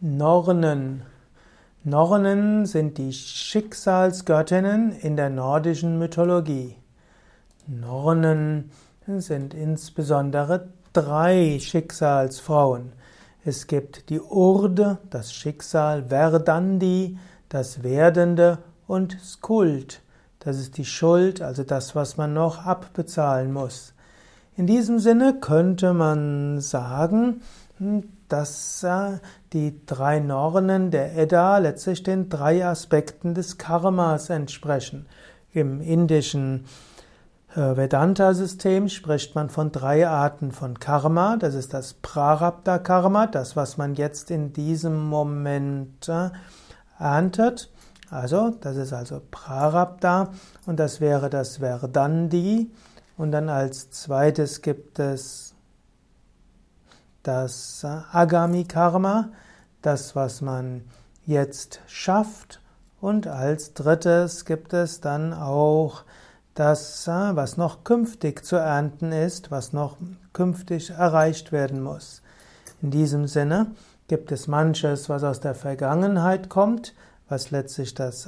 Nornen. Nornen sind die Schicksalsgöttinnen in der nordischen Mythologie. Nornen sind insbesondere drei Schicksalsfrauen. Es gibt die Urde, das Schicksal, Verdandi, das Werdende und Skuld, das ist die Schuld, also das, was man noch abbezahlen muss. In diesem Sinne könnte man sagen, dass die drei Nornen der Edda letztlich den drei Aspekten des Karmas entsprechen. Im indischen Vedanta-System spricht man von drei Arten von Karma. Das ist das Prarabdha-Karma, das, was man jetzt in diesem Moment erntet. Das ist also Prarabdha und das wäre das Verdandi. Und dann als zweites gibt es das Agami Karma, das, was man jetzt schafft. Und als drittes gibt es dann auch das, was noch künftig zu ernten ist, was noch künftig erreicht werden muss. In diesem Sinne gibt es manches, was aus der Vergangenheit kommt, was letztlich das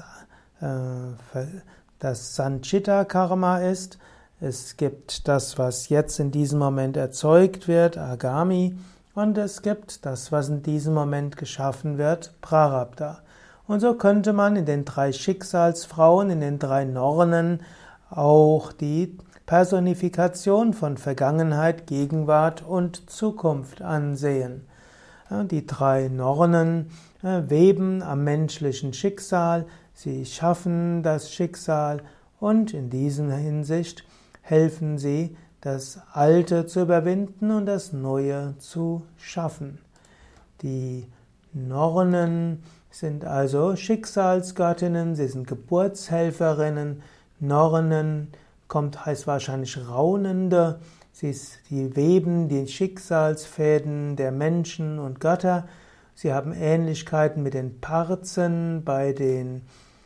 Sanchita Karma ist. Es gibt das, was jetzt in diesem Moment erzeugt wird, Agami, und es gibt das, was in diesem Moment geschaffen wird, Prarabdha. Und so könnte man in den drei Schicksalsfrauen, in den drei Nornen, auch die Personifikation von Vergangenheit, Gegenwart und Zukunft ansehen. Die drei Nornen weben am menschlichen Schicksal, sie schaffen das Schicksal und in dieser Hinsicht helfen sie, das Alte zu überwinden und das Neue zu schaffen. Die Nornen sind also Schicksalsgöttinnen, sie sind Geburtshelferinnen. Nornen heißt wahrscheinlich Raunende. Sie weben die Schicksalsfäden der Menschen und Götter. Sie haben Ähnlichkeiten mit den Parzen bei den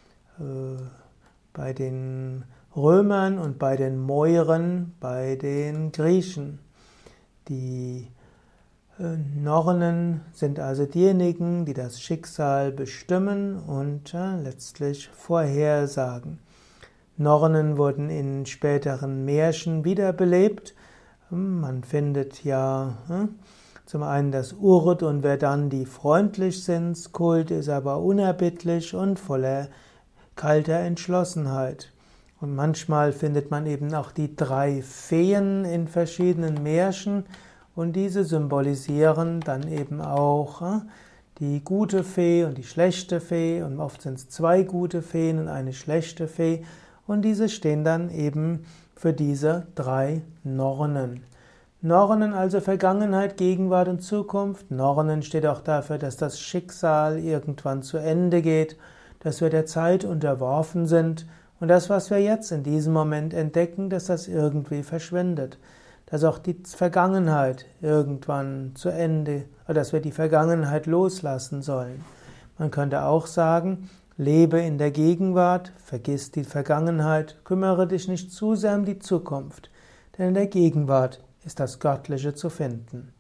Römern und bei den Moiren, bei den Griechen. Die Nornen sind also diejenigen, die das Schicksal bestimmen und letztlich vorhersagen. Nornen wurden in späteren Märchen wiederbelebt. Man findet ja zum einen, dass Urd und Verdandi freundlich sind, Skuld ist aber unerbittlich und voller kalter Entschlossenheit. Und manchmal findet man eben auch die drei Feen in verschiedenen Märchen und diese symbolisieren dann eben auch die gute Fee und die schlechte Fee und oft sind es zwei gute Feen und eine schlechte Fee und diese stehen dann eben für diese drei Nornen. Nornen also Vergangenheit, Gegenwart und Zukunft. Nornen steht auch dafür, dass das Schicksal irgendwann zu Ende geht, dass wir der Zeit unterworfen sind und das, was wir jetzt in diesem Moment entdecken, dass das irgendwie verschwindet. Dass auch die Vergangenheit irgendwann zu Ende, oder dass wir die Vergangenheit loslassen sollen. Man könnte auch sagen, lebe in der Gegenwart, vergiss die Vergangenheit, kümmere dich nicht zu sehr um die Zukunft, denn in der Gegenwart ist das Göttliche zu finden.